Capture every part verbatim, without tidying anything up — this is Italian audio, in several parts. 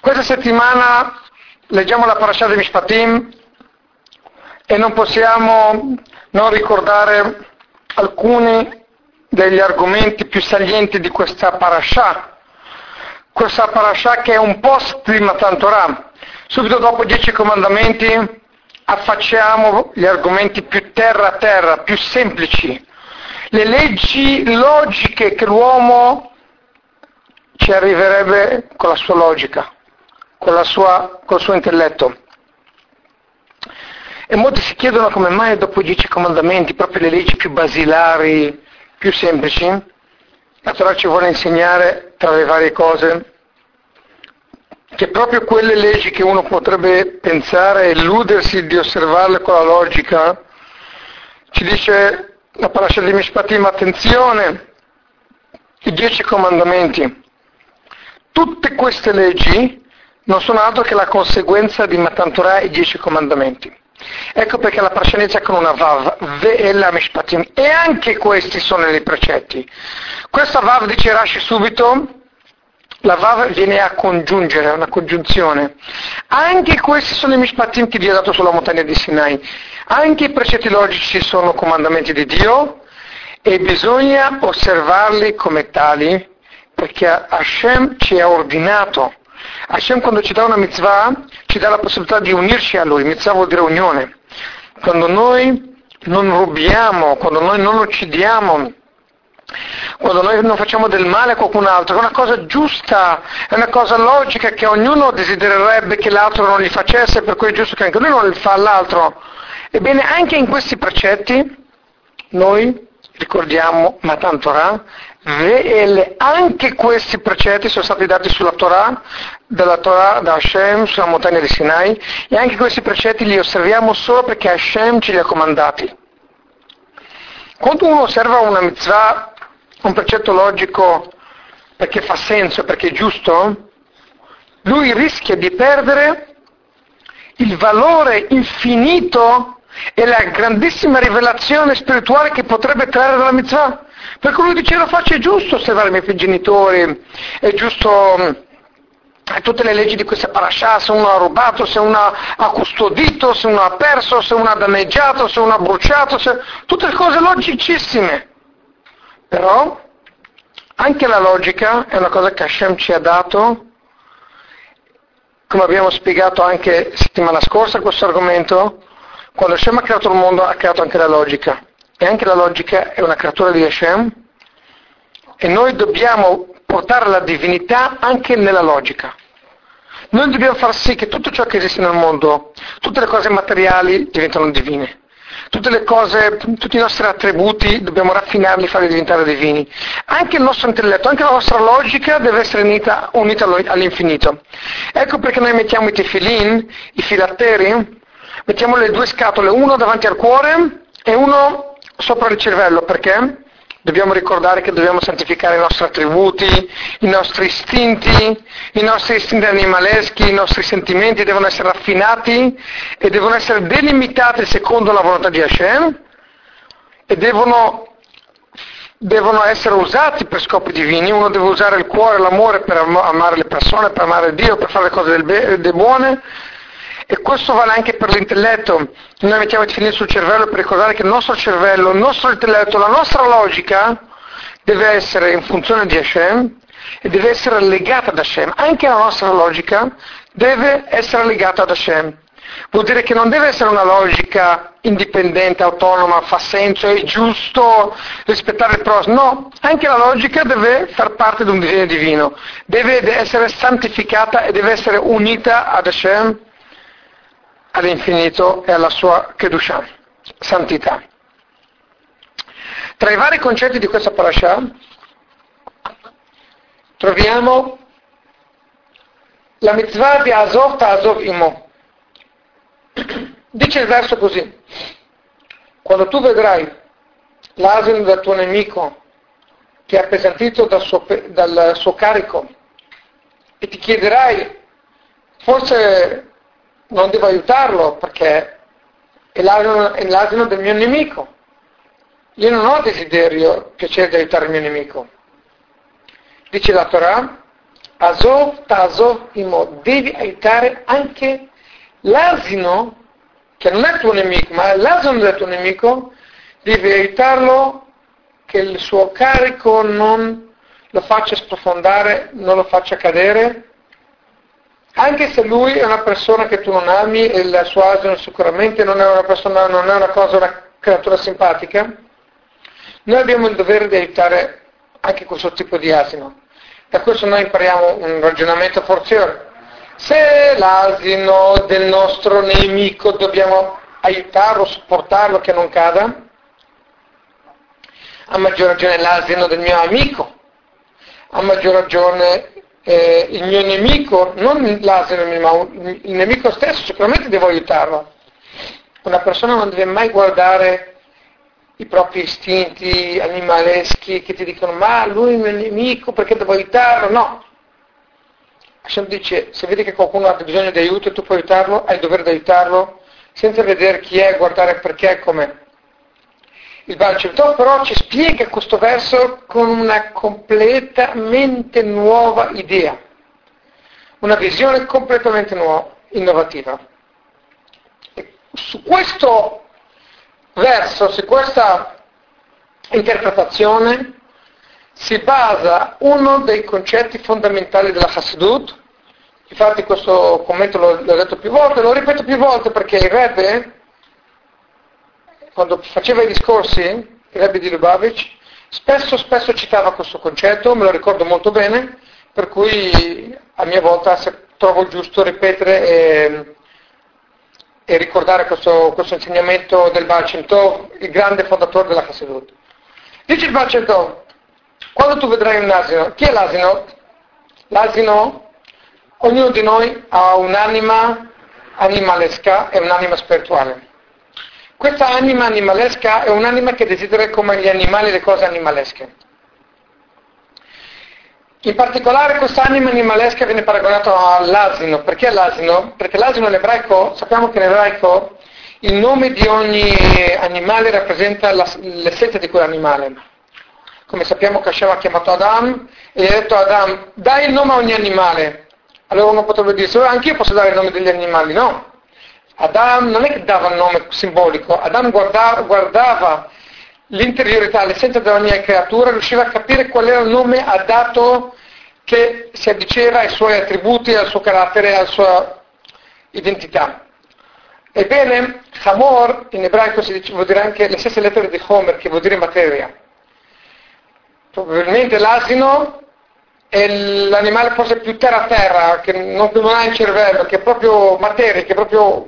Questa settimana leggiamo la Parashat di Mishpatim e non possiamo non ricordare alcuni degli argomenti più salienti di questa Parashat. Questa Parashat che è un post di Matan Torah. Subito dopo i Dieci Comandamenti affacciamo gli argomenti più terra a terra, più semplici, le leggi logiche che l'uomo ci arriverebbe con la sua logica, con, la sua, col suo intelletto. E molti si chiedono come mai dopo i Dieci Comandamenti, proprio le leggi più basilari, più semplici, la Torah ci vuole insegnare, tra le varie cose, che proprio quelle leggi che uno potrebbe pensare e illudersi di osservarle con la logica, ci dice la Parashat di Mishpatim, attenzione, i Dieci Comandamenti, tutte queste leggi non sono altro che la conseguenza di Matan Torah e i Dieci Comandamenti. Ecco perché la Parashat inizia con una Vav, Ve'ela Mishpatim, e anche questi sono i precetti. Questa Vav, dice Rashi subito, la Vav viene a congiungere, è una congiunzione. Anche questi sono i Mishpatim che Dio ha dato sulla montagna di Sinai. Anche i precetti logici sono comandamenti di Dio e bisogna osservarli come tali, perché Hashem ci ha ordinato. Hashem quando ci dà una mitzvah ci dà la possibilità di unirci a Lui. Mitzvah vuol dire unione. Quando noi non rubiamo, quando noi non uccidiamo, quando noi non facciamo del male a qualcun altro, è una cosa giusta, è una cosa logica che ognuno desidererebbe che l'altro non gli facesse, per cui è giusto che anche lui non li fa all'altro. Ebbene, anche in questi precetti noi ricordiamo Matan Torah, e anche questi precetti sono stati dati sulla Torah, dalla Torah da Hashem, sulla montagna di Sinai, e anche questi precetti li osserviamo solo perché Hashem ce li ha comandati. Quando uno osserva una mitzvah, un precetto logico perché fa senso, perché è giusto, lui rischia di perdere il valore infinito e la grandissima rivelazione spirituale che potrebbe trarre dalla mitzvah. Per cui lui dice: lo faccio, è giusto osservare i miei genitori, è giusto tutte le leggi di questa parasha, se uno ha rubato, se uno ha custodito, se uno ha perso, se uno ha danneggiato, se uno ha bruciato, se... tutte le cose logicissime. Però anche la logica è una cosa che Hashem ci ha dato, come abbiamo spiegato anche settimana scorsa questo argomento. Quando Hashem ha creato il mondo ha creato anche la logica, e anche la logica è una creatura di Hashem, e noi dobbiamo portare la divinità anche nella logica. Noi dobbiamo far sì che tutto ciò che esiste nel mondo, tutte le cose materiali diventano divine. Tutte le cose, tutti i nostri attributi dobbiamo raffinarli, farli diventare divini. Anche il nostro intelletto, anche la nostra logica deve essere unita, unita all'infinito. Ecco perché noi mettiamo i tefillin, i filatteri, mettiamo le due scatole, uno davanti al cuore e uno sopra il cervello. Perché? Dobbiamo ricordare che dobbiamo santificare i nostri attributi, i nostri istinti, i nostri istinti animaleschi, i nostri sentimenti devono essere raffinati e devono essere delimitati secondo la volontà di Hashem e devono, devono essere usati per scopi divini. Uno deve usare il cuore, l'amore per am- amare le persone, per amare Dio, per fare le cose del be- del buone. E questo vale anche per l'intelletto. Noi mettiamo i tefillin sul cervello per ricordare che il nostro cervello, il nostro intelletto, la nostra logica deve essere in funzione di Hashem e deve essere legata ad Hashem. Anche la nostra logica deve essere legata ad Hashem. Vuol dire che non deve essere una logica indipendente, autonoma, fa senso, è giusto rispettare il prossimo. No, anche la logica deve far parte di un disegno divino. Deve essere santificata e deve essere unita ad Hashem, all'infinito e alla sua Kedushah, santità. Tra i vari concetti di questa parasha troviamo la mitzvah di Azov Ta'azov Imo. Dice il verso così: quando tu vedrai l'asino del tuo nemico che è appesantito dal suo, dal suo carico e ti chiederai, forse non devo aiutarlo perché è l'asino, è l'asino del mio nemico. Io non ho desiderio, piacere di aiutare il mio nemico. Dice la Torah, Azov, Tazov, Imo, devi aiutare anche l'asino, che non è tuo nemico, ma l'asino del tuo nemico, devi aiutarlo che il suo carico non lo faccia sprofondare, non lo faccia cadere, anche se lui è una persona che tu non ami e il suo asino sicuramente non è una persona, non è una cosa, una creatura simpatica, noi abbiamo il dovere di aiutare anche questo tipo di asino. Da questo noi impariamo un ragionamento forziere. Se l'asino del nostro nemico dobbiamo aiutarlo, supportarlo che non cada, a maggior ragione l'asino del mio amico, a maggior ragione eh, il mio nemico, non l'asino, ma il nemico stesso, sicuramente devo aiutarlo. Una persona non deve mai guardare i propri istinti animaleschi che ti dicono ma lui è il mio nemico perché devo aiutarlo, no. Hashem dice, se vedi che qualcuno ha bisogno di aiuto e tu puoi aiutarlo, hai il dovere di aiutarlo, senza vedere chi è, guardare perché e com'è. Il Baal Shem Tov però ci spiega questo verso con una completamente nuova idea, una visione completamente nuova, innovativa. E su questo verso, su questa interpretazione si basa uno dei concetti fondamentali della Hassidut. Infatti questo commento l'ho, l'ho detto più volte, lo ripeto più volte perché il Rebbe, quando faceva i discorsi, il Rebbe di Lubavitch, spesso spesso citava questo concetto, me lo ricordo molto bene, per cui a mia volta se trovo giusto ripetere e, e ricordare questo, questo insegnamento del Baal Shem Tov, il grande fondatore della Hassidut. Dice il Baal Shem Tov, quando tu vedrai un asino, chi è l'asino? L'asino, ognuno di noi ha un'anima animalesca e un'anima spirituale. Questa anima animalesca è un'anima che desidera come gli animali le cose animalesche. In particolare questa anima animalesca viene paragonata all'asino. Perché l'asino? Perché l'asino in ebraico, sappiamo che in ebraico il nome di ogni animale rappresenta la, l'essenza di quell'animale. Come sappiamo che Hashem ha chiamato Adam e gli ha detto a Adam, dai il nome a ogni animale. Allora uno potrebbe dire, anch'io posso dare il nome degli animali? No. Adam non è che dava il nome simbolico, Adam guardava, guardava l'interiorità, l'essenza di ogni creatura, riusciva a capire qual era il nome adatto che si addiceva ai suoi attributi, al suo carattere, alla sua identità. Ebbene, Hamor in ebraico si dice, vuol dire anche le stesse lettere di Homer, che vuol dire materia. Probabilmente l'asino è l'animale forse più terra-terra, che non, non ha il cervello, che è proprio materia, che è proprio...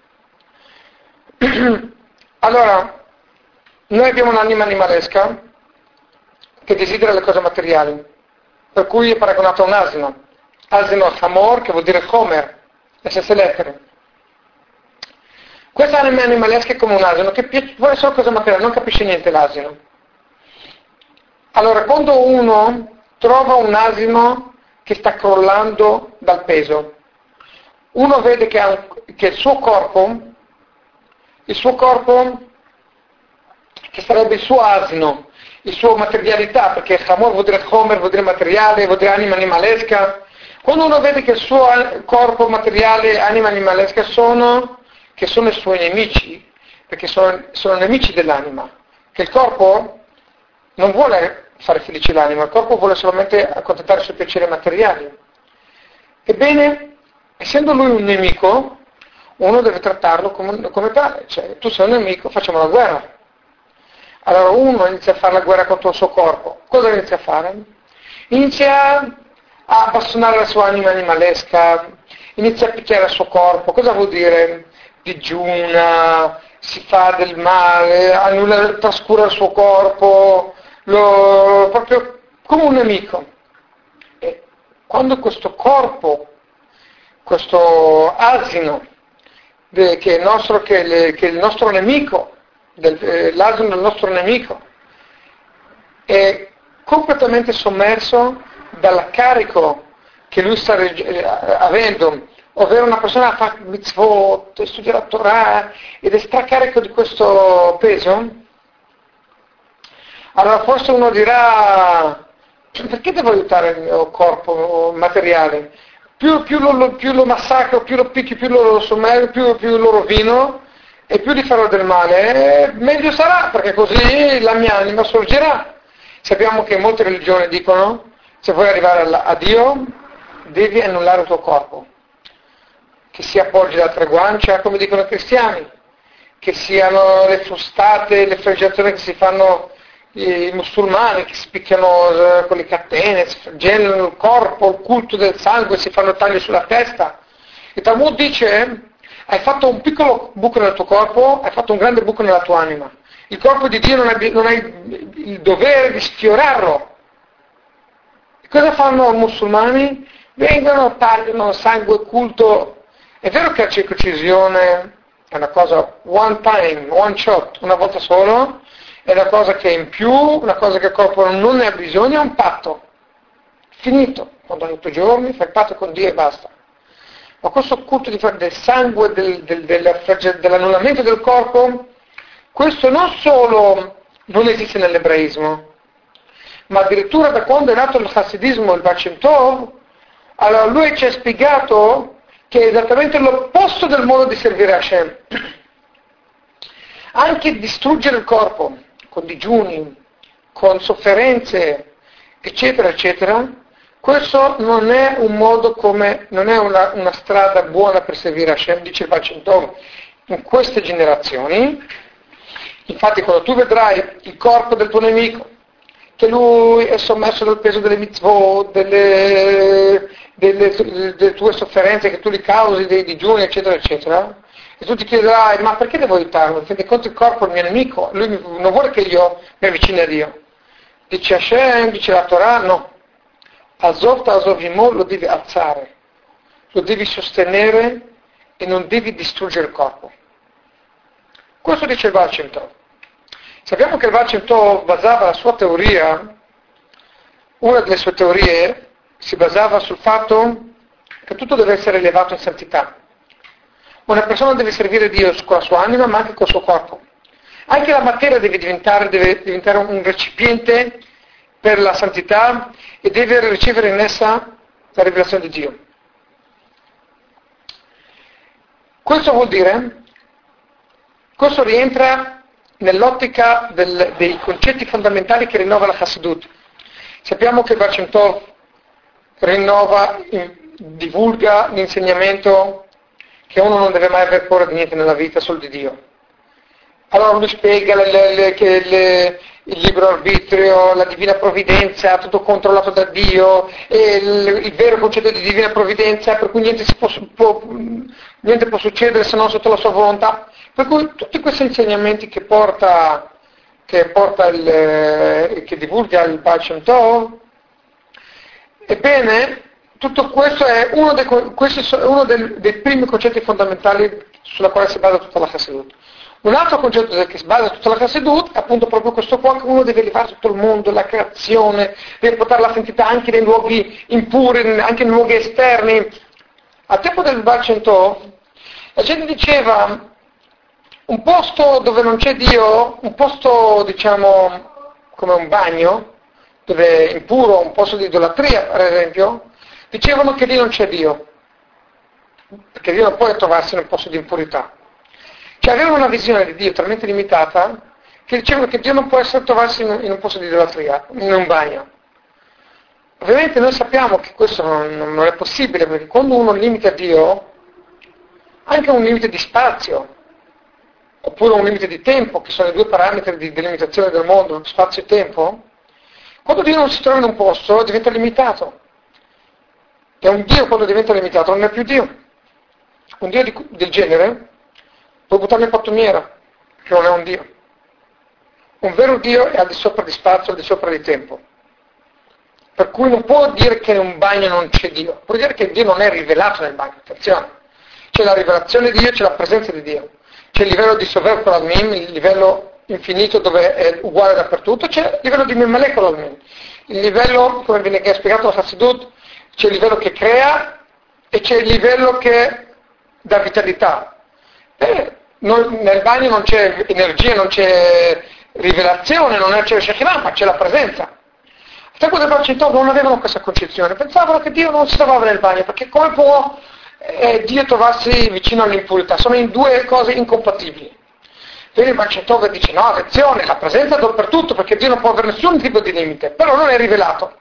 Allora, noi abbiamo un'anima animalesca che desidera le cose materiali, per cui è paragonato a un asino. Asino Hamor, che vuol dire Homer, le stesse lettere. Questa anima animalesca è come un asino, che vuole solo cose materiali, non capisce niente l'asino. Allora, quando uno trova un asino che sta crollando dal peso, uno vede che, ha un, che il suo corpo, il suo corpo, che sarebbe il suo asino, la sua materialità, perché Hamor vuol dire Homer, vuol dire materiale, vuol dire anima animalesca. Quando uno vede che il suo corpo materiale, anima animalesca, sono, che sono i suoi nemici, perché sono, sono nemici dell'anima, che il corpo non vuole fare felice l'anima, il corpo vuole solamente accontentare i suoi piaceri materiali. Ebbene, essendo lui un nemico, uno deve trattarlo come, come tale, cioè tu sei un nemico, facciamo la guerra. Allora uno inizia a fare la guerra contro il suo corpo. Cosa inizia a fare? Inizia a bastonare la sua anima animalesca, inizia a picchiare il suo corpo. Cosa vuol dire? Digiuna, si fa del male, annulla, trascura il suo corpo, lo, proprio come un nemico. E quando questo corpo, questo asino, che è il nostro, che le, che è il nostro nemico, del, eh, l'asino del nostro nemico, è completamente sommerso dal carico che lui sta eh, avendo, ovvero una persona che fa mitzvot, studia la Torah ed è stracarico di questo peso. Allora forse uno dirà, perché devo aiutare il mio corpo materiale? Più, più, lo, più lo massacro, più lo picchio, più lo sommergo, più, più lo rovino e più gli farò del male, meglio sarà, perché così la mia anima sorgerà. Sappiamo che molte religioni dicono, se vuoi arrivare a, a Dio, devi annullare il tuo corpo, che si appoggi all'altra guancia, come dicono i cristiani, che siano le frustate, le flagellazioni che si fanno i musulmani, che si picchiano eh, con le catene, si flagellano il corpo, il culto del sangue, si fanno tagli sulla testa. Il Talmud dice, hai fatto un piccolo buco nel tuo corpo, hai fatto un grande buco nella tua anima. Il corpo di Dio non hai, non hai il dovere di sfiorarlo. E cosa fanno i musulmani? Vengono, tagliano sangue, culto. È vero che la circoncisione è una cosa one time, one shot, una volta solo, è una cosa che è in più, una cosa che il corpo non ne ha bisogno, è un patto. Finito. Quando hai otto giorni fai il patto con Dio e basta. Ma questo culto di fare del sangue, del, del, del, dell'annullamento del corpo, questo non solo non esiste nell'ebraismo, ma addirittura da quando è nato il Hasidismo, il Baal Shem Tov, allora lui ci ha spiegato che è esattamente l'opposto del modo di servire Hashem. Anche distruggere il corpo con digiuni, con sofferenze, eccetera, eccetera, questo non è un modo come, non è una, una strada buona per servire Hashem, dice il Baal Shem Tov, in queste generazioni. Infatti quando tu vedrai il corpo del tuo nemico, che lui è sommerso dal peso delle mitzvot, delle, delle, delle tue sofferenze che tu gli causi, dei digiuni, eccetera, eccetera, e tu ti chiederai, ma perché devo aiutarlo? Perché contro il corpo è il mio nemico, lui non vuole che io mi avvicini a Dio. Dice Hashem, dice la Torah, no. Azov ta'azovimo lo devi alzare, lo devi sostenere e non devi distruggere il corpo. Questo dice il Baal Shem Tov. Sappiamo che il Baal Shem Tov basava la sua teoria, una delle sue teorie si basava sul fatto che tutto deve essere elevato in santità. Una persona deve servire Dio con la sua anima ma anche col suo corpo. Anche la materia deve diventare, deve diventare un recipiente per la santità e deve ricevere in essa la rivelazione di Dio. Questo vuol dire, questo rientra nell'ottica del, dei concetti fondamentali che rinnova la Chassidut. Sappiamo che il Baal Shem Tov rinnova, divulga l'insegnamento che uno non deve mai aver paura di niente nella vita, solo di Dio. Allora lui spiega le, le, le, che le, il libero arbitrio, la divina provvidenza, tutto controllato da Dio, e il, il vero concetto di divina provvidenza, per cui niente, si può, può, niente può succedere se non sotto la sua volontà. Per cui tutti questi insegnamenti che porta, che, porta il, che divulga il Baal Shem Tov, ebbene, tutto questo è uno, dei, questo è uno dei, dei primi concetti fondamentali sulla quale si basa tutta la Chassidut. Un altro concetto che si basa tutta la Chassidut è appunto proprio questo qua, che uno deve elevare tutto il mondo, la creazione, deve portare la santità anche nei luoghi impuri, anche nei luoghi esterni. Al tempo del Baal Shem Tov, la gente diceva un posto dove non c'è Dio, un posto diciamo come un bagno, dove è impuro, un posto di idolatria per esempio, dicevano che lì non c'è Dio, perché Dio non può trovarsi in un posto di impurità. Cioè avevano una visione di Dio talmente limitata che dicevano che Dio non può essere trovarsi in, in un posto di idolatria, in un bagno. Ovviamente noi sappiamo che questo non, non è possibile, perché quando uno limita Dio, anche un limite di spazio, oppure un limite di tempo, che sono i due parametri di delimitazione del mondo, spazio e tempo, quando Dio non si trova in un posto diventa limitato. E un Dio quando diventa limitato non è più Dio. Un Dio di, del genere puoi buttarlo in pattumiera, che non è un Dio. Un vero Dio è al di sopra di spazio, al di sopra di tempo. Per cui non può dire che in un bagno non c'è Dio, può dire che Dio non è rivelato nel bagno, attenzione. C'è la rivelazione di Dio, c'è la presenza di Dio. C'è il livello di Sover Kolalmim, il livello infinito dove è uguale dappertutto, c'è il livello di Mimale Kolalmim. Il livello, come viene spiegato da Chassidut, c'è il livello che crea e c'è il livello che dà vitalità. Eh, non, nel bagno non c'è energia, non c'è rivelazione, non c'è Shekinah, ma c'è la presenza. Il tempo del Baal Shem Tov non avevano questa concezione, pensavano che Dio non si trovava nel bagno, perché come può eh, Dio trovarsi vicino all'impurità? Sono in due cose incompatibili. Quindi il Baal Shem Tov dice no, attenzione, la presenza è dappertutto, perché Dio non può avere nessun tipo di limite, però non è rivelato.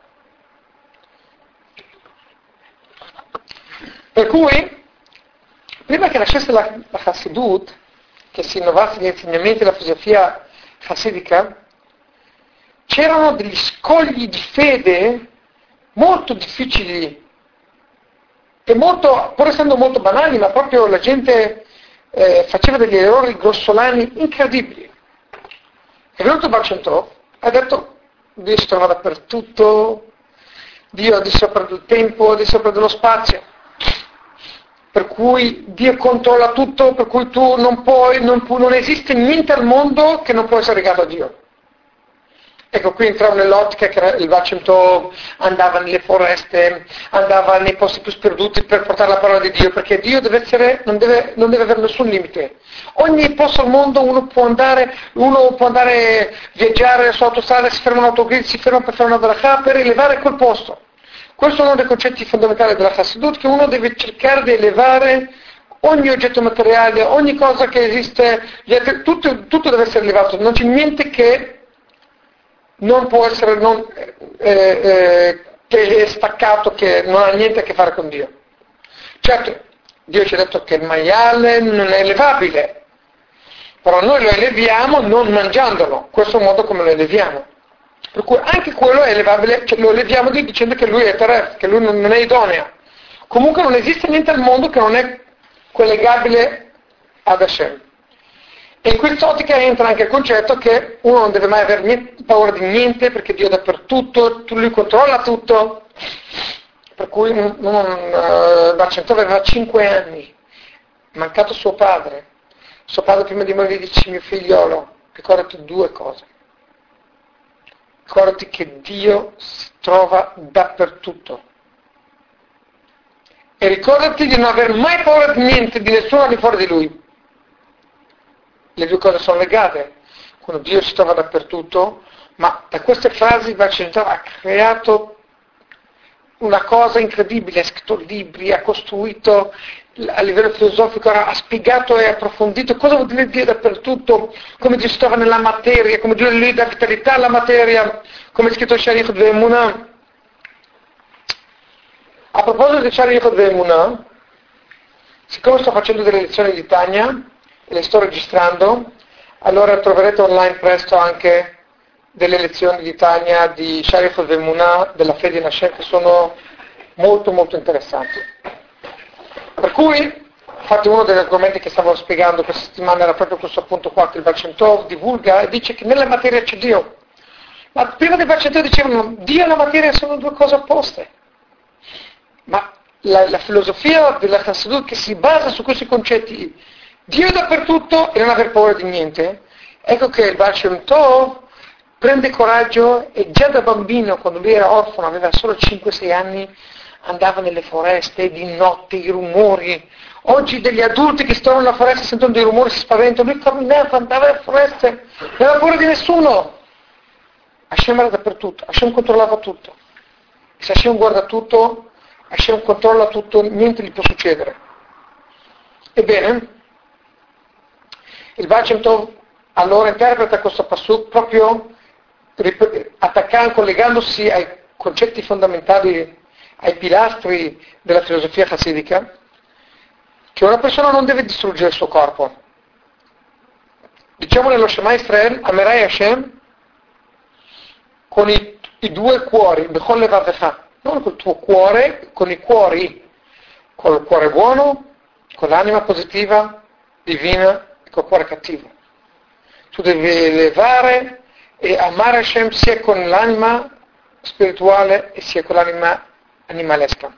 Per cui, prima che nascesse la, la Chassidut, che si innovasse gli insegnamenti della filosofia chassidica, c'erano degli scogli di fede molto difficili e molto, pur essendo molto banali, ma proprio la gente eh, faceva degli errori grossolani incredibili. È venuto Baal Shem Tov, ha detto Dio si trova dappertutto, Dio è di sopra del tempo, di sopra dello spazio, per cui Dio controlla tutto, per cui tu non puoi, non, pu, non esiste niente al mondo che non può essere legato a Dio. Ecco, qui entravo nell'ottica che il Baal Shem Tov andava nelle foreste, andava nei posti più sperduti per portare la parola di Dio, perché Dio deve essere, non deve, non deve avere nessun limite. Ogni posto al mondo uno può andare, uno può andare viaggiare su autostrada, si ferma un autogrill, si ferma per fare una bracha, per elevare quel posto. Questo è uno dei concetti fondamentali della Chassidut, che uno deve cercare di elevare ogni oggetto materiale, ogni cosa che esiste, tutto, tutto deve essere elevato, non c'è niente che non può essere, non, eh, eh, che è staccato, che non ha niente a che fare con Dio. Certo, Dio ci ha detto che il maiale non è elevabile, però noi lo eleviamo non mangiandolo, questo è un modo come lo eleviamo. Per cui anche quello è elevabile, cioè lo eleviamo dicendo che lui è terrestre, che lui non è idoneo. Comunque non esiste niente al mondo che non è collegabile ad Hashem. E in quest'ottica entra anche il concetto che uno non deve mai avere niente, paura di niente, perché Dio è dappertutto, lui controlla tutto. Per cui non, uh, Baal Shem Tov aveva cinque anni, mancato suo padre. Suo padre prima di morire dice: mio figliolo, ricordati due cose. Ricordati che Dio si trova dappertutto. E ricordati di non aver mai paura di niente, di nessuno al di fuori di Lui. Le due cose sono legate. Quando Dio si trova dappertutto, ma da queste frasi Baal Shem Tov ha creato una cosa incredibile, ha scritto libri, ha costruito a livello filosofico, ha spiegato e approfondito cosa vuol dire Dio dappertutto, come Dio si trova nella materia, come Dio lui dà vitalità alla materia, come è scritto Shari Yichud Ve'emunah. A proposito di Shari Yichud Ve'emunah, siccome sto facendo delle lezioni di Tanya e le sto registrando, allora troverete online presto anche delle lezioni di Tanya di Shari Yichud Ve'emunah della fede in Hashem, che sono molto molto interessanti. Per cui, infatti, uno degli argomenti che stavo spiegando questa settimana era proprio questo appunto qua, che il Baal Shem Tov divulga e dice che nella materia c'è Dio. Ma prima del Baal Shem Tov dicevano Dio e la materia sono due cose opposte. Ma la, la filosofia della Chassidut, che si basa su questi concetti, Dio è dappertutto e non aver paura di niente, ecco che il Baal Shem Tov prende coraggio e già da bambino, quando lui era orfano, aveva solo cinque sei anni, andava nelle foreste, di notte, i rumori. Oggi degli adulti che si trovano nella foresta sentono dei rumori, si spaventano. Lui camminava, andava nelle foreste, non aveva paura di nessuno. Hashem era dappertutto, Hashem controllava tutto. E se Hashem guarda tutto, Hashem controlla tutto, niente gli può succedere. Ebbene, il Baal Shem Tov allora interpreta questo passuk proprio attaccando, collegandosi ai concetti fondamentali, ai pilastri della filosofia chassidica, che una persona non deve distruggere il suo corpo. Diciamo nello Shema Israel, amerai Hashem, con i, i due cuori, bechol levavecha, non col tuo cuore, con i cuori, col cuore buono, con l'anima positiva, divina, e col cuore cattivo. Tu devi elevare e amare Hashem sia con l'anima spirituale e sia con l'anima animalesca.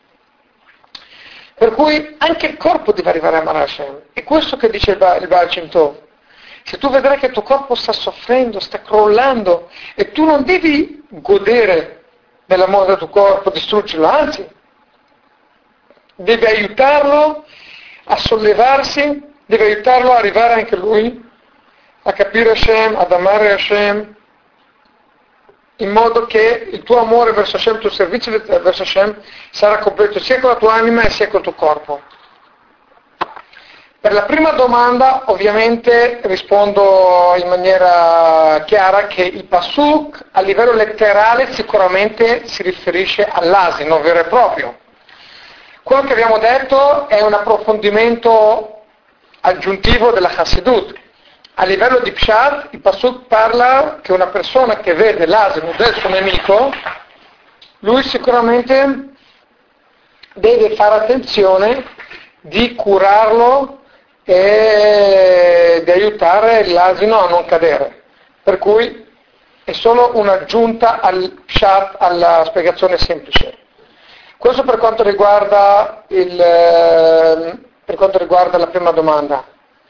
Per cui anche il corpo deve arrivare a amare Hashem. E questo che dice il Baal Shem Tov. Se tu vedrai che il tuo corpo sta soffrendo, sta crollando, e tu non devi godere dell'amore del tuo corpo, distruggerlo, anzi, devi aiutarlo a sollevarsi, devi aiutarlo a arrivare anche lui a capire Hashem, ad amare Hashem, in modo che il tuo amore verso Hashem, il tuo servizio verso Hashem sarà completo sia con la tua anima e sia col tuo corpo. Per la prima domanda ovviamente rispondo in maniera chiara che il pasuk a livello letterale sicuramente si riferisce all'asino vero e proprio. Quello che abbiamo detto è un approfondimento aggiuntivo della Chassidut. A livello di Pshat il pasuk parla che una persona che vede l'asino del suo nemico, lui sicuramente deve fare attenzione di curarlo e di aiutare l'asino a non cadere. Per cui è solo un'aggiunta al Pshat, alla spiegazione semplice. Questo per quanto riguarda, il, per quanto riguarda la prima domanda.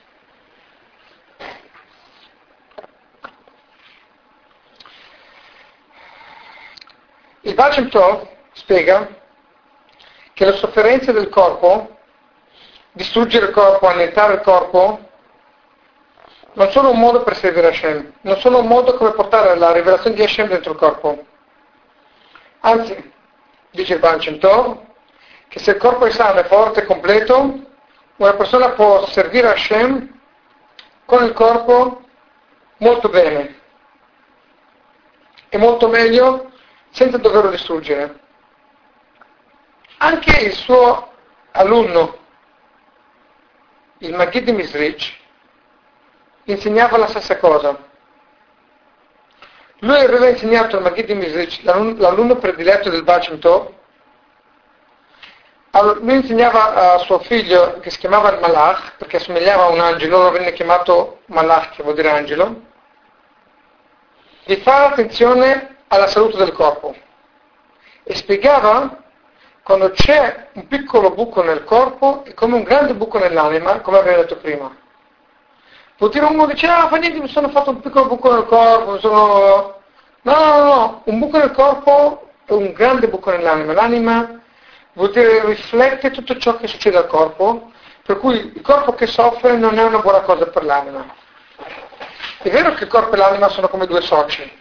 Il Baal Shem Tov spiega che le sofferenze del corpo, distruggere il corpo, annientare il corpo, non sono un modo per servire Hashem, non sono un modo come portare la rivelazione di Hashem dentro il corpo. Anzi, dice il Baal Shem Tov, che se il corpo è sano, è forte, completo, una persona può servire Hashem con il corpo molto bene e molto meglio senza doverlo distruggere. Anche il suo alunno, il Maggid di Mizrich, insegnava la stessa cosa. Lui aveva insegnato al Maggid di Mizrich, l'alunno prediletto del Baal Shem Tov. Lui insegnava a suo figlio, che si chiamava il Malach, perché assomigliava a un angelo, lo venne chiamato Malach, che vuol dire angelo, di fare attenzione alla salute del corpo. E spiegava quando c'è un piccolo buco nel corpo è come un grande buco nell'anima, come abbiamo detto prima. Può dire uno dice, ah, fa niente, mi sono fatto un piccolo buco nel corpo, mi sono... No, no, no, no, un buco nel corpo è un grande buco nell'anima. L'anima vuol dire riflette tutto ciò che succede al corpo, per cui il corpo che soffre non è una buona cosa per l'anima. È vero che il corpo e l'anima sono come due soci.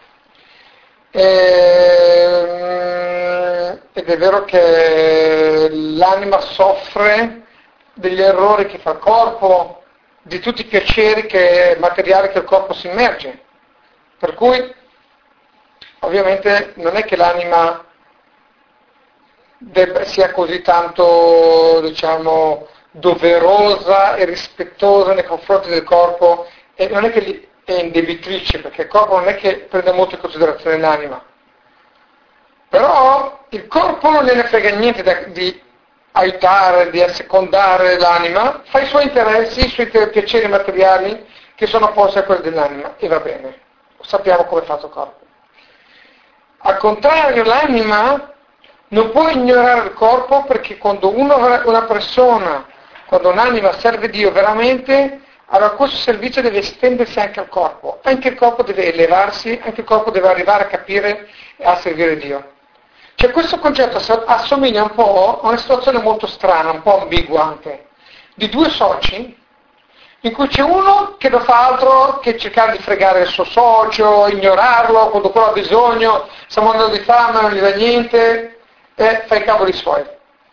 E... ed è vero che l'anima soffre degli errori che fa il corpo, di tutti i piaceri che, materiali che il corpo si immerge. Per cui ovviamente non è che l'anima debba, sia così tanto, diciamo, doverosa e rispettosa nei confronti del corpo, e non è che è indebitrice, perché il corpo non è che prende molto in considerazione l'anima. Però il corpo non gliene frega niente da, di aiutare, di assecondare l'anima, fa i suoi interessi, i suoi piaceri materiali che sono opposti a quelli dell'anima, e va bene, sappiamo come è fatto il corpo. Al contrario, l'anima non può ignorare il corpo, perché quando uno, una persona, quando un'anima serve Dio veramente, allora questo servizio deve estendersi anche al corpo, anche il corpo deve elevarsi, anche il corpo deve arrivare a capire e a servire Dio. Cioè questo concetto assomiglia un po' a una situazione molto strana, un po' ambigua anche, di due soci, in cui c'è uno che non fa altro che cercare di fregare il suo socio, ignorarlo, quando quello ha bisogno, sta morendo di fame, non gli dà niente, e fa i cavoli suoi.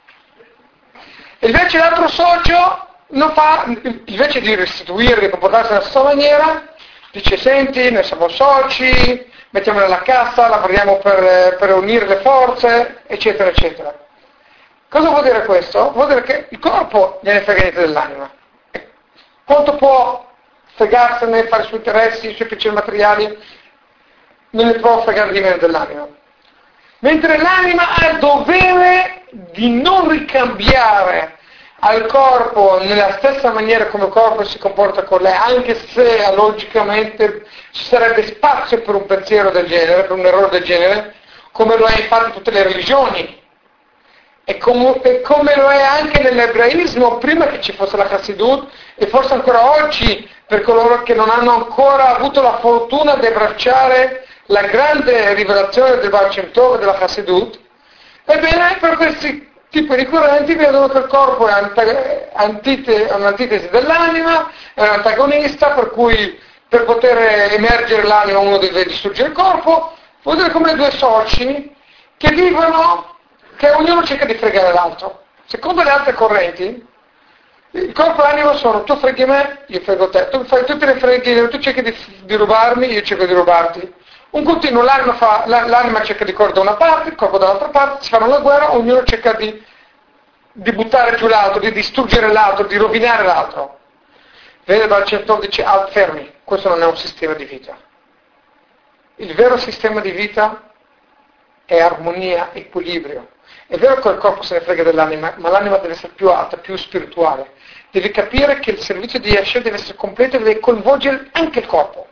E invece l'altro socio non fa, invece di restituire, di comportarsi nella stessa maniera, dice, senti, noi siamo soci, mettiamo nella cassa, lavoriamo per, per unire le forze, eccetera, eccetera. Cosa vuol dire questo? Vuol dire che il corpo gliene frega niente dell'anima. Quanto può fregarsene, fare i suoi interessi, i suoi piaceri materiali, non ne può fregare di meno dell'anima. Mentre l'anima ha il dovere di non ricambiare al corpo nella stessa maniera come il corpo si comporta con lei, anche se logicamente ci sarebbe spazio per un pensiero del genere, per un errore del genere, come lo è infatti in tutte le religioni, e come, e come lo è anche nell'ebraismo prima che ci fosse la Chassidut, e forse ancora oggi per coloro che non hanno ancora avuto la fortuna di abbracciare la grande rivelazione del Baal Shem Tov e della Chassidut. Ebbene, per questi tipi di correnti vedono che il corpo è antite, un'antitesi dell'anima, è un antagonista, per cui per poter emergere l'anima uno deve distruggere il corpo, vuol dire come due soci che vivono, che ognuno cerca di fregare l'altro. Secondo le altre correnti, il corpo e l'anima sono tu freghi me, io frego te, tu, fai, tu te ne freghi, tu cerchi di, di rubarmi, io cerco di rubarti. Un continuo, l'anima, fa, l'anima cerca di correre da una parte, il corpo dall'altra parte, si fanno la guerra, ognuno cerca di, di buttare giù l'altro, di distruggere l'altro, di rovinare l'altro. Vede Balcentò dice, ah, fermi, questo non è un sistema di vita. Il vero sistema di vita è armonia, equilibrio. È vero che il corpo se ne frega dell'anima, ma l'anima deve essere più alta, più spirituale. Devi capire che il servizio di Hashem deve essere completo e deve coinvolgere anche il corpo.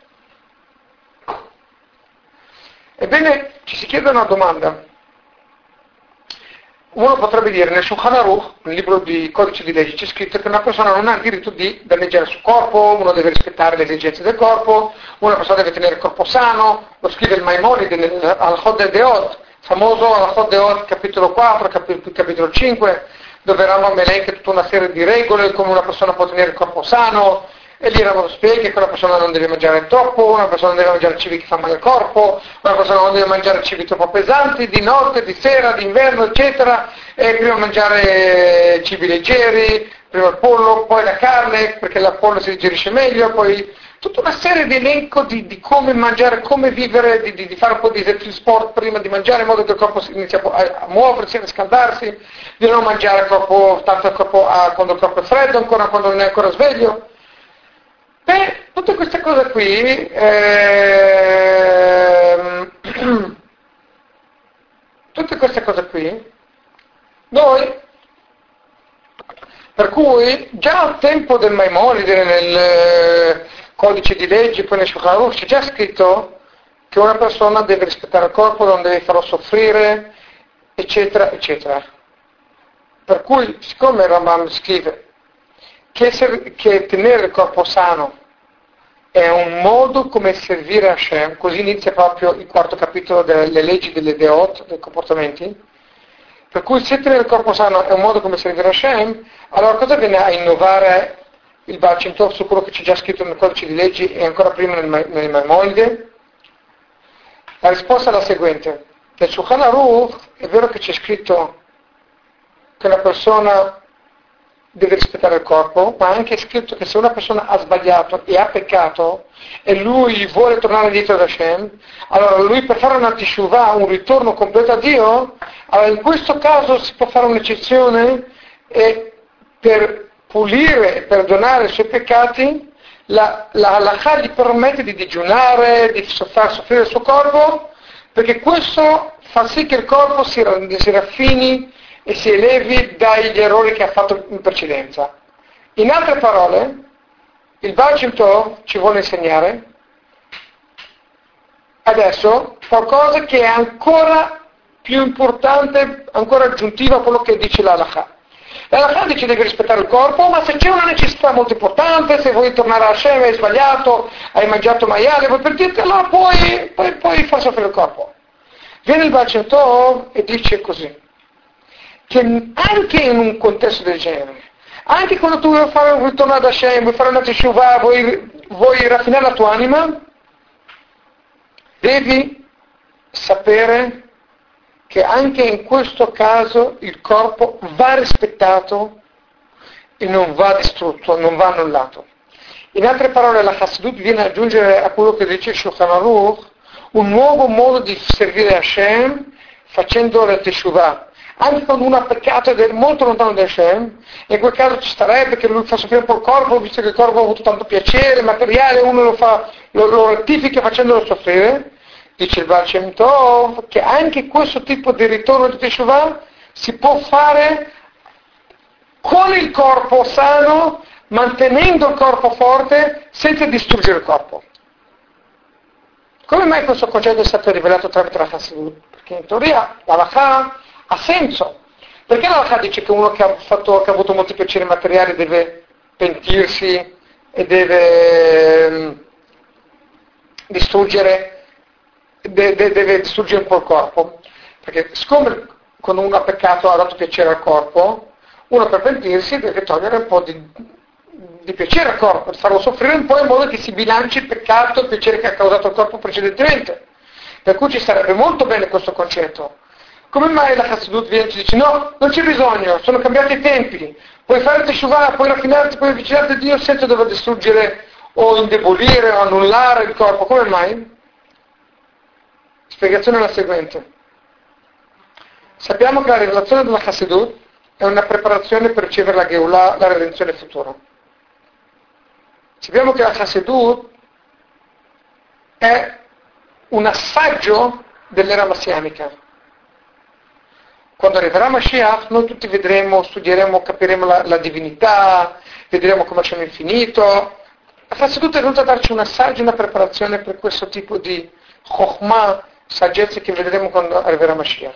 Ebbene, ci si chiede una domanda. Uno potrebbe dire, nel Shulchan Aruch, nel libro di codice di leggi, c'è scritto che una persona non ha il diritto di danneggiare il suo corpo, uno deve rispettare le esigenze del corpo, una persona deve tenere il corpo sano, lo scrive il Maimonide nel Al-Chod Deot, famoso Al-Chod Deot, capitolo quattro, cap- capitolo cinque, dove Rambam elenca tutta una serie di regole, come una persona può tenere il corpo sano, e lì Rambam spiega che una persona non deve mangiare troppo, una persona non deve mangiare cibi che fanno male al corpo, una persona non deve mangiare cibi troppo pesanti, di notte, di sera, d'inverno, eccetera, e prima mangiare cibi leggeri, prima il pollo, poi la carne, perché il pollo si digerisce meglio, poi tutta una serie di elenco di, di come mangiare, come vivere, di, di, di fare un po' di esercizio sport prima di mangiare, in modo che il corpo inizia a, a muoversi, a riscaldarsi, di non mangiare il corpo, tanto il corpo, a, quando il corpo è freddo, ancora quando non è ancora sveglio. Beh, tutte queste cose qui, ehm, tutte queste cose qui, noi, per cui già al tempo del Maimonide, nel codice di leggi, poi nel Shulchan Aruch, c'è già scritto che una persona deve rispettare il corpo, non deve farlo soffrire, eccetera, eccetera. Per cui, siccome Rambam scrive che, ser- che tenere il corpo sano è un modo come servire a Hashem, così inizia proprio il quarto capitolo delle leggi delle Deot, dei comportamenti, per cui se tenere il corpo sano è un modo come servire a Hashem, allora cosa viene a innovare il Baal Shem Tov su quello che c'è già scritto nel codice di leggi e ancora prima nel, nel Maimonide? La risposta è la seguente. Nel Shulchan Aruch è vero che c'è scritto che una persona deve rispettare il corpo, ma è anche scritto che se una persona ha sbagliato e ha peccato e lui vuole tornare indietro ad Hashem, allora lui per fare una teshuvah, un ritorno completo a Dio, allora in questo caso si può fare un'eccezione e per pulire e perdonare i suoi peccati la, la halakha gli permette di digiunare, di far soffrire il suo corpo, perché questo fa sì che il corpo si, si raffini e si elevi dagli errori che ha fatto in precedenza. In altre parole, il Baal Shem Tov ci vuole insegnare adesso qualcosa che è ancora più importante, ancora aggiuntiva a quello che dice l'Halakha. L'Halakha dice che devi rispettare il corpo, ma se c'è una necessità molto importante, se vuoi tornare a Hashem, hai sbagliato, hai mangiato maiale, vuoi per dirti, allora puoi, puoi, puoi far soffrire il corpo. Viene il Baal Shem Tov e dice così, che anche in un contesto del genere, anche quando tu vuoi fare un ritorno ad Hashem, vuoi fare una teshuvah, vuoi, vuoi raffinare la tua anima, devi sapere che anche in questo caso il corpo va rispettato e non va distrutto, non va annullato. In altre parole, la Chassidut viene ad aggiungere a quello che dice Shulchan Aruch un nuovo modo di servire Hashem facendo la teshuvah. Anche quando uno ha peccato ed è molto lontano da Hashem, in quel caso ci starebbe che lui fa soffrire un po' il corpo, visto che il corpo ha avuto tanto piacere materiale, uno lo, fa, lo, lo rettifica facendolo soffrire. Dice il Baal Shem Tov che anche questo tipo di ritorno di Teshuvah si può fare con il corpo sano, mantenendo il corpo forte, senza distruggere il corpo. Come mai questo concetto è stato rivelato tramite la Chassidut? Perché in teoria la Halakha ha senso. Perché la Halakha dice che uno che ha, fatto, che ha avuto molti piaceri materiali deve pentirsi e deve um, distruggere Deve, deve distruggere un po' il corpo, perché siccome quando uno ha peccato ha dato piacere al corpo, uno per pentirsi deve togliere un po' di, di piacere al corpo, farlo soffrire un po' in modo che si bilanci il peccato e il piacere che ha causato il corpo precedentemente. Per cui ci sarebbe molto bene questo concetto. Come mai la Chassidut viene e ci dice no, non c'è bisogno, sono cambiati i tempi, puoi fare teshuvah, puoi raffinarti, puoi avvicinarti a Dio senza dover distruggere o indebolire o annullare il corpo. Come mai? Spiegazione è la seguente. Sappiamo che la rivelazione della Chassidut è una preparazione per ricevere la Geulah, la redenzione futura. Sappiamo che la Chassidut è un assaggio dell'era messianica. Quando arriverà Mashiach, noi tutti vedremo, studieremo, capiremo la, la divinità, vedremo come c'è l'infinito. La Chassidut è venuta a darci un assaggio, una preparazione per questo tipo di chokhmah, saggezza che vedremo quando arriverà Mashiach.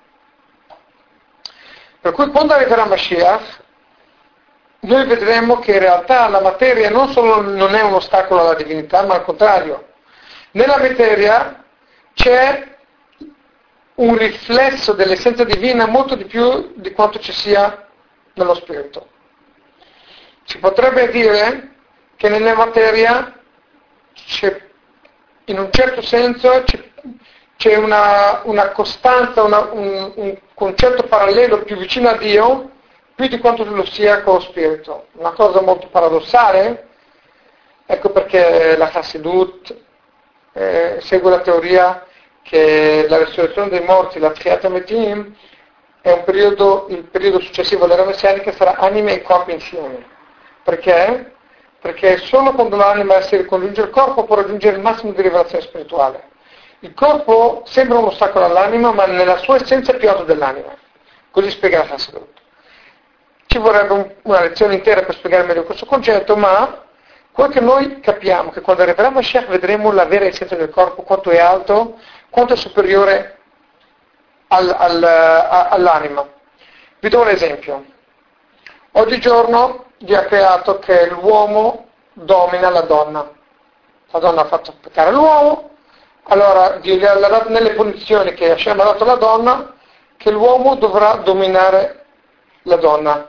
Per cui quando arriverà Mashiach, noi vedremo che in realtà la materia non solo non è un ostacolo alla divinità, ma al contrario. Nella materia c'è un riflesso dell'essenza divina molto di più di quanto ci sia nello spirito. Si potrebbe dire che nella materia c'è, in un certo senso, c'è, c'è una, una costanza, una, un, un concetto parallelo più vicino a Dio, più di quanto lo sia con lo spirito. Una cosa molto paradossale, ecco perché la Chassidut eh, segue la teoria che la risurrezione dei morti, la Tchiat HaMetim, è un periodo, il periodo successivo all'era messianica sarà anima e corpo insieme. Perché? Perché solo quando l'anima si ricongiunge al corpo può raggiungere il massimo di rivelazione spirituale. Il corpo sembra un ostacolo all'anima, ma nella sua essenza è più alto dell'anima. Così spiega la Chassidut. Ci vorrebbe un, una lezione intera per spiegare meglio questo concetto, ma quello che noi capiamo è che quando arriverà Mashiach vedremo la vera essenza del corpo, quanto è alto, quanto è superiore al, al, a, all'anima. Vi do un esempio. Oggigiorno Dio ha creato che l'uomo domina la donna. La donna ha fatto peccare l'uomo, allora Dio gli ha dato nelle punizioni che Hashem ha dato alla donna, che l'uomo dovrà dominare la donna.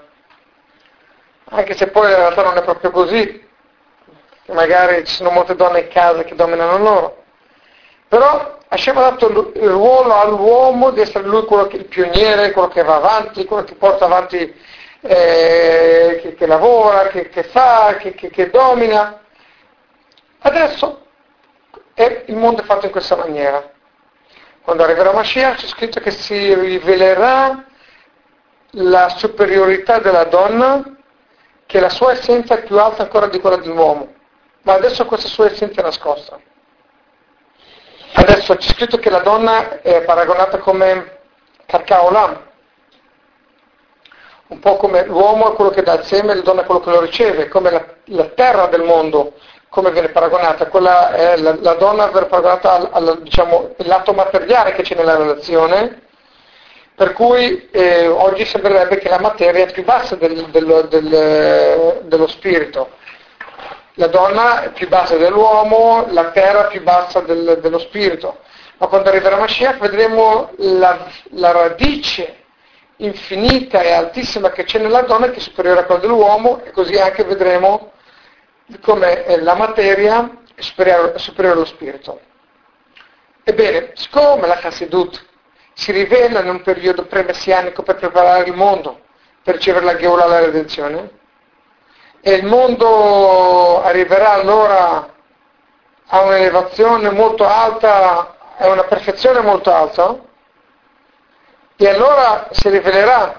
Anche se poi in realtà non è proprio così, che magari ci sono molte donne in casa che dominano loro. Però Hashem ha dato il ruolo all'uomo di essere lui quello che è il pioniere, quello che va avanti, quello che porta avanti, eh, che, che lavora, che, che fa, che, che, che domina. Adesso è, il mondo è fatto in questa maniera. Quando arriverà Mashiach c'è scritto che si rivelerà la superiorità della donna, che la sua essenza è più alta ancora di quella dell'uomo. Ma adesso questa sua essenza è nascosta. Adesso c'è scritto che la donna è paragonata come Karkaolam, un po' come l'uomo è quello che dà il seme e la donna è quello che lo riceve, come la, la terra del mondo, come viene paragonata. Quella è la, la donna viene paragonata al, al diciamo, il lato materiale che c'è nella relazione, per cui eh, oggi sembrerebbe che la materia è più bassa del, del, del, dello spirito. La donna è più bassa dell'uomo, la terra è più bassa del, dello spirito. Ma quando arriverà Mashiach vedremo la, la radice infinita e altissima che c'è nella donna, che è superiore a quella dell'uomo, e così anche vedremo come la materia è superiore, è superiore allo spirito. Ebbene, siccome la Chassidut si rivela in un periodo pre-messianico per preparare il mondo per ricevere la Geulah, la redenzione, e il mondo arriverà allora a un'elevazione molto alta, a una perfezione molto alta, e allora si rivelerà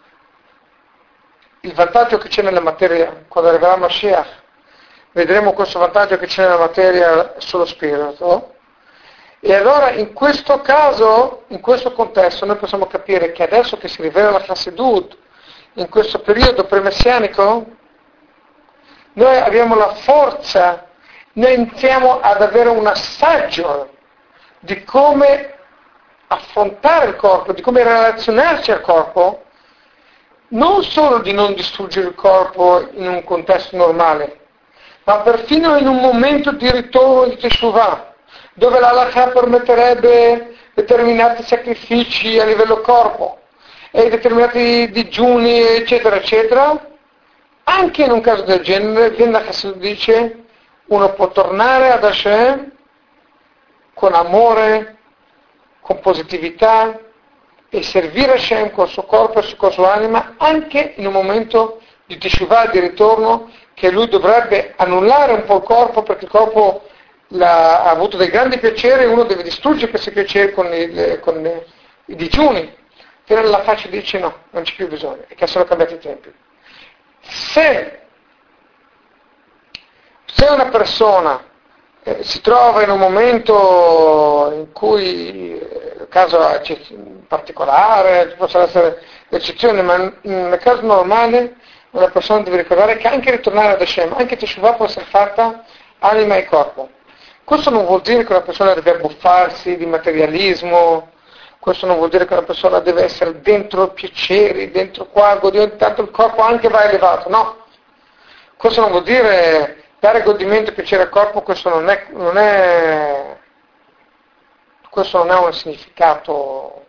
il vantaggio che c'è nella materia. Quando arriverà Mashiach vedremo questo vantaggio che c'è nella materia sullo spirito, e allora in questo caso, in questo contesto, noi possiamo capire che adesso che si rivela la Chassidut, in questo periodo pre-messianico, noi abbiamo la forza, noi iniziamo ad avere un assaggio di come affrontare il corpo, di come relazionarci al corpo, non solo di non distruggere il corpo in un contesto normale, ma perfino in un momento di ritorno di Teshuvah, dove l'Halakha permetterebbe determinati sacrifici a livello corpo e determinati digiuni, eccetera, eccetera. Anche in un caso del genere, viene la Chassidut dice, uno può tornare ad Hashem con amore, con positività e servire Hashem col suo corpo e con la sua anima anche in un momento di teshuvah, di ritorno, che lui dovrebbe annullare un po' il corpo perché il corpo ha avuto dei grandi piaceri e uno deve distruggere questi piaceri con i, con i, i digiuni. Tirare la faccia e dice no, non c'è più bisogno, e che sono cambiati i tempi. Se, se una persona eh, si trova in un momento in cui, eh, caso particolare, ci possono essere eccezioni, ma nel caso normale una persona deve ricordare che anche ritornare ad Hashem, anche Teshuvah può essere fatta anima e corpo. Questo non vuol dire che una persona deve abbuffarsi di materialismo, questo non vuol dire che una persona deve essere dentro piaceri, dentro qua, godere, tanto il corpo anche va elevato, no. Questo non vuol dire dare godimento e piacere al corpo, questo non è, non è, questo non ha un significato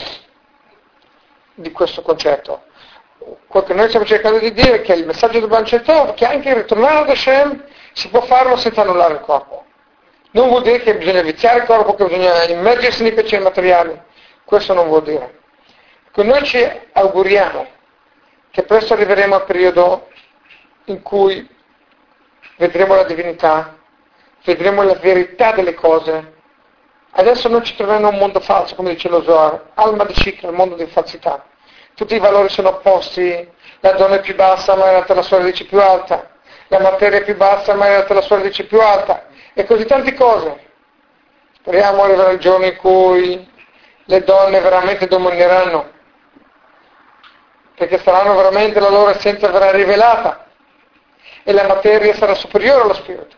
di questo concetto. Quello che noi stiamo cercando di dire è che il messaggio del Banchetov è che anche ritornare ad Hashem si può farlo senza annullare il corpo. Non vuol dire che bisogna viziare il corpo, che bisogna immergersi nei piaceri materiali. Questo non vuol dire. Che noi ci auguriamo che presto arriveremo al periodo in cui vedremo la divinità, vedremo la verità delle cose. Adesso noi ci troviamo in un mondo falso, come dice lo Zohar, Alma di Shikra, il mondo di falsità. Tutti i valori sono opposti, la donna è più bassa ma in realtà la sua radice è più alta, la materia è più bassa ma in realtà la sua radice è più alta, e così tante cose. Speriamo arriverà il giorno in cui le donne veramente domineranno, perché saranno veramente, la loro essenza verrà rivelata e la materia sarà superiore allo spirito.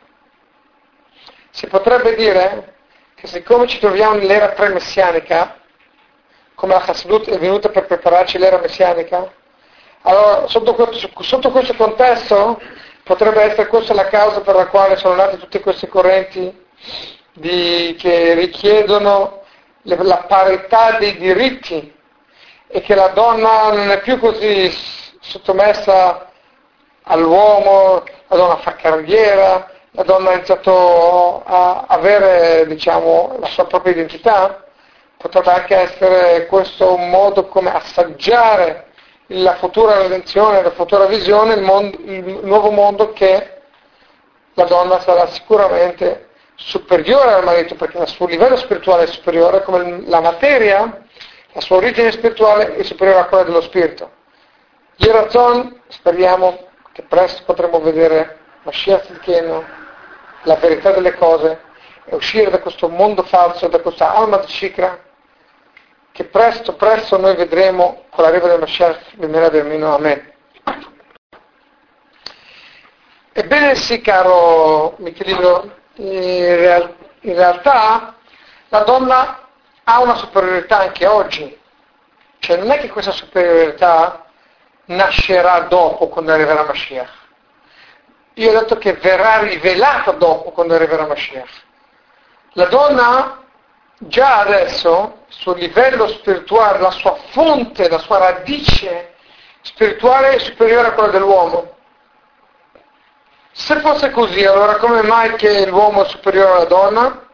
Si potrebbe dire che siccome ci troviamo nell'era pre-messianica, come la Chassidut è venuta per prepararci l'era messianica, allora sotto questo, sotto questo contesto potrebbe essere questa la causa per la quale sono nate tutte queste correnti di, che richiedono le, la parità dei diritti e che la donna non è più così sottomessa all'uomo, la donna fa carriera, la donna ha iniziato a avere, diciamo, la sua propria identità. Potrebbe anche essere questo un modo come assaggiare la futura redenzione, la futura visione, il, mondo, il nuovo mondo, che la donna sarà sicuramente superiore al marito, perché il suo livello spirituale è superiore, come la materia, la sua origine spirituale è superiore a quella dello spirito. Yeraton, speriamo che presto potremo vedere Mashiach Tzidkenu, la verità delle cose, e uscire da questo mondo falso, da questa alma di Shikra, che presto, presto noi vedremo con l'arrivo del Mashiach, bimena del Mino, Amen. Ebbene sì, caro Michelino, in, real, in realtà la donna ha una superiorità anche oggi, cioè non è che questa superiorità nascerà dopo, quando arriverà Mashiach. Io ho detto che verrà rivelata dopo, quando arriverà Mashiach. La donna già adesso, il suo livello spirituale, la sua fonte, la sua radice spirituale è superiore a quella dell'uomo. Se fosse così, allora come mai che l'uomo è superiore alla donna?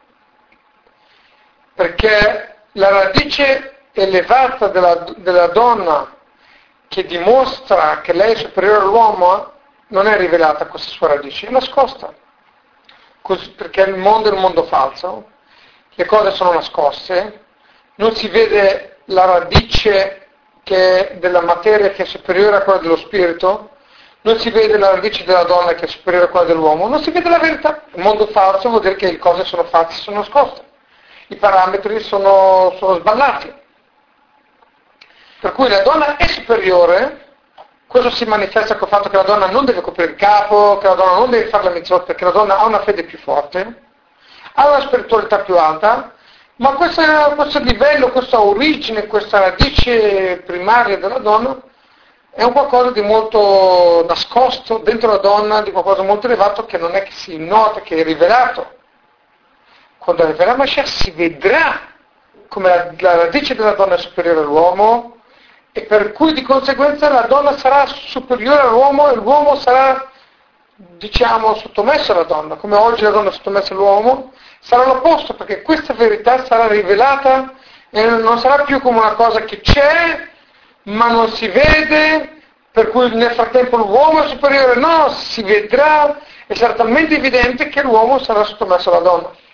Perché la radice elevata della, della donna, che dimostra che lei è superiore all'uomo, non è rivelata questa sua radice, è nascosta. Così, perché il mondo è un mondo falso, le cose sono nascoste, non si vede la radice che della materia che è superiore a quella dello spirito, non si vede la radice della donna che è superiore a quella dell'uomo, non si vede la verità. Il mondo falso vuol dire che le cose sono false, sono nascoste, i parametri sono, sono sballati. Per cui la donna è superiore. Questo si manifesta col fatto che la donna non deve coprire il capo, che la donna non deve fare la mitzvot, perché la donna ha una fede più forte, ha una spiritualità più alta, ma questo, questo livello, questa origine, questa radice primaria della donna è un qualcosa di molto nascosto dentro la donna, di qualcosa molto elevato, che non è che si nota, che è rivelato. Quando arriverà Mashiach si vedrà come la, la radice della donna è superiore all'uomo, e per cui di conseguenza la donna sarà superiore all'uomo e l'uomo sarà, diciamo, sottomesso alla donna. Come oggi la donna è sottomessa all'uomo, sarà l'opposto, perché questa verità sarà rivelata E non sarà più come una cosa che c'è, ma non si vede, per cui nel frattempo l'uomo è superiore. No, si vedrà e sarà talmente evidente che l'uomo sarà sottomesso alla donna.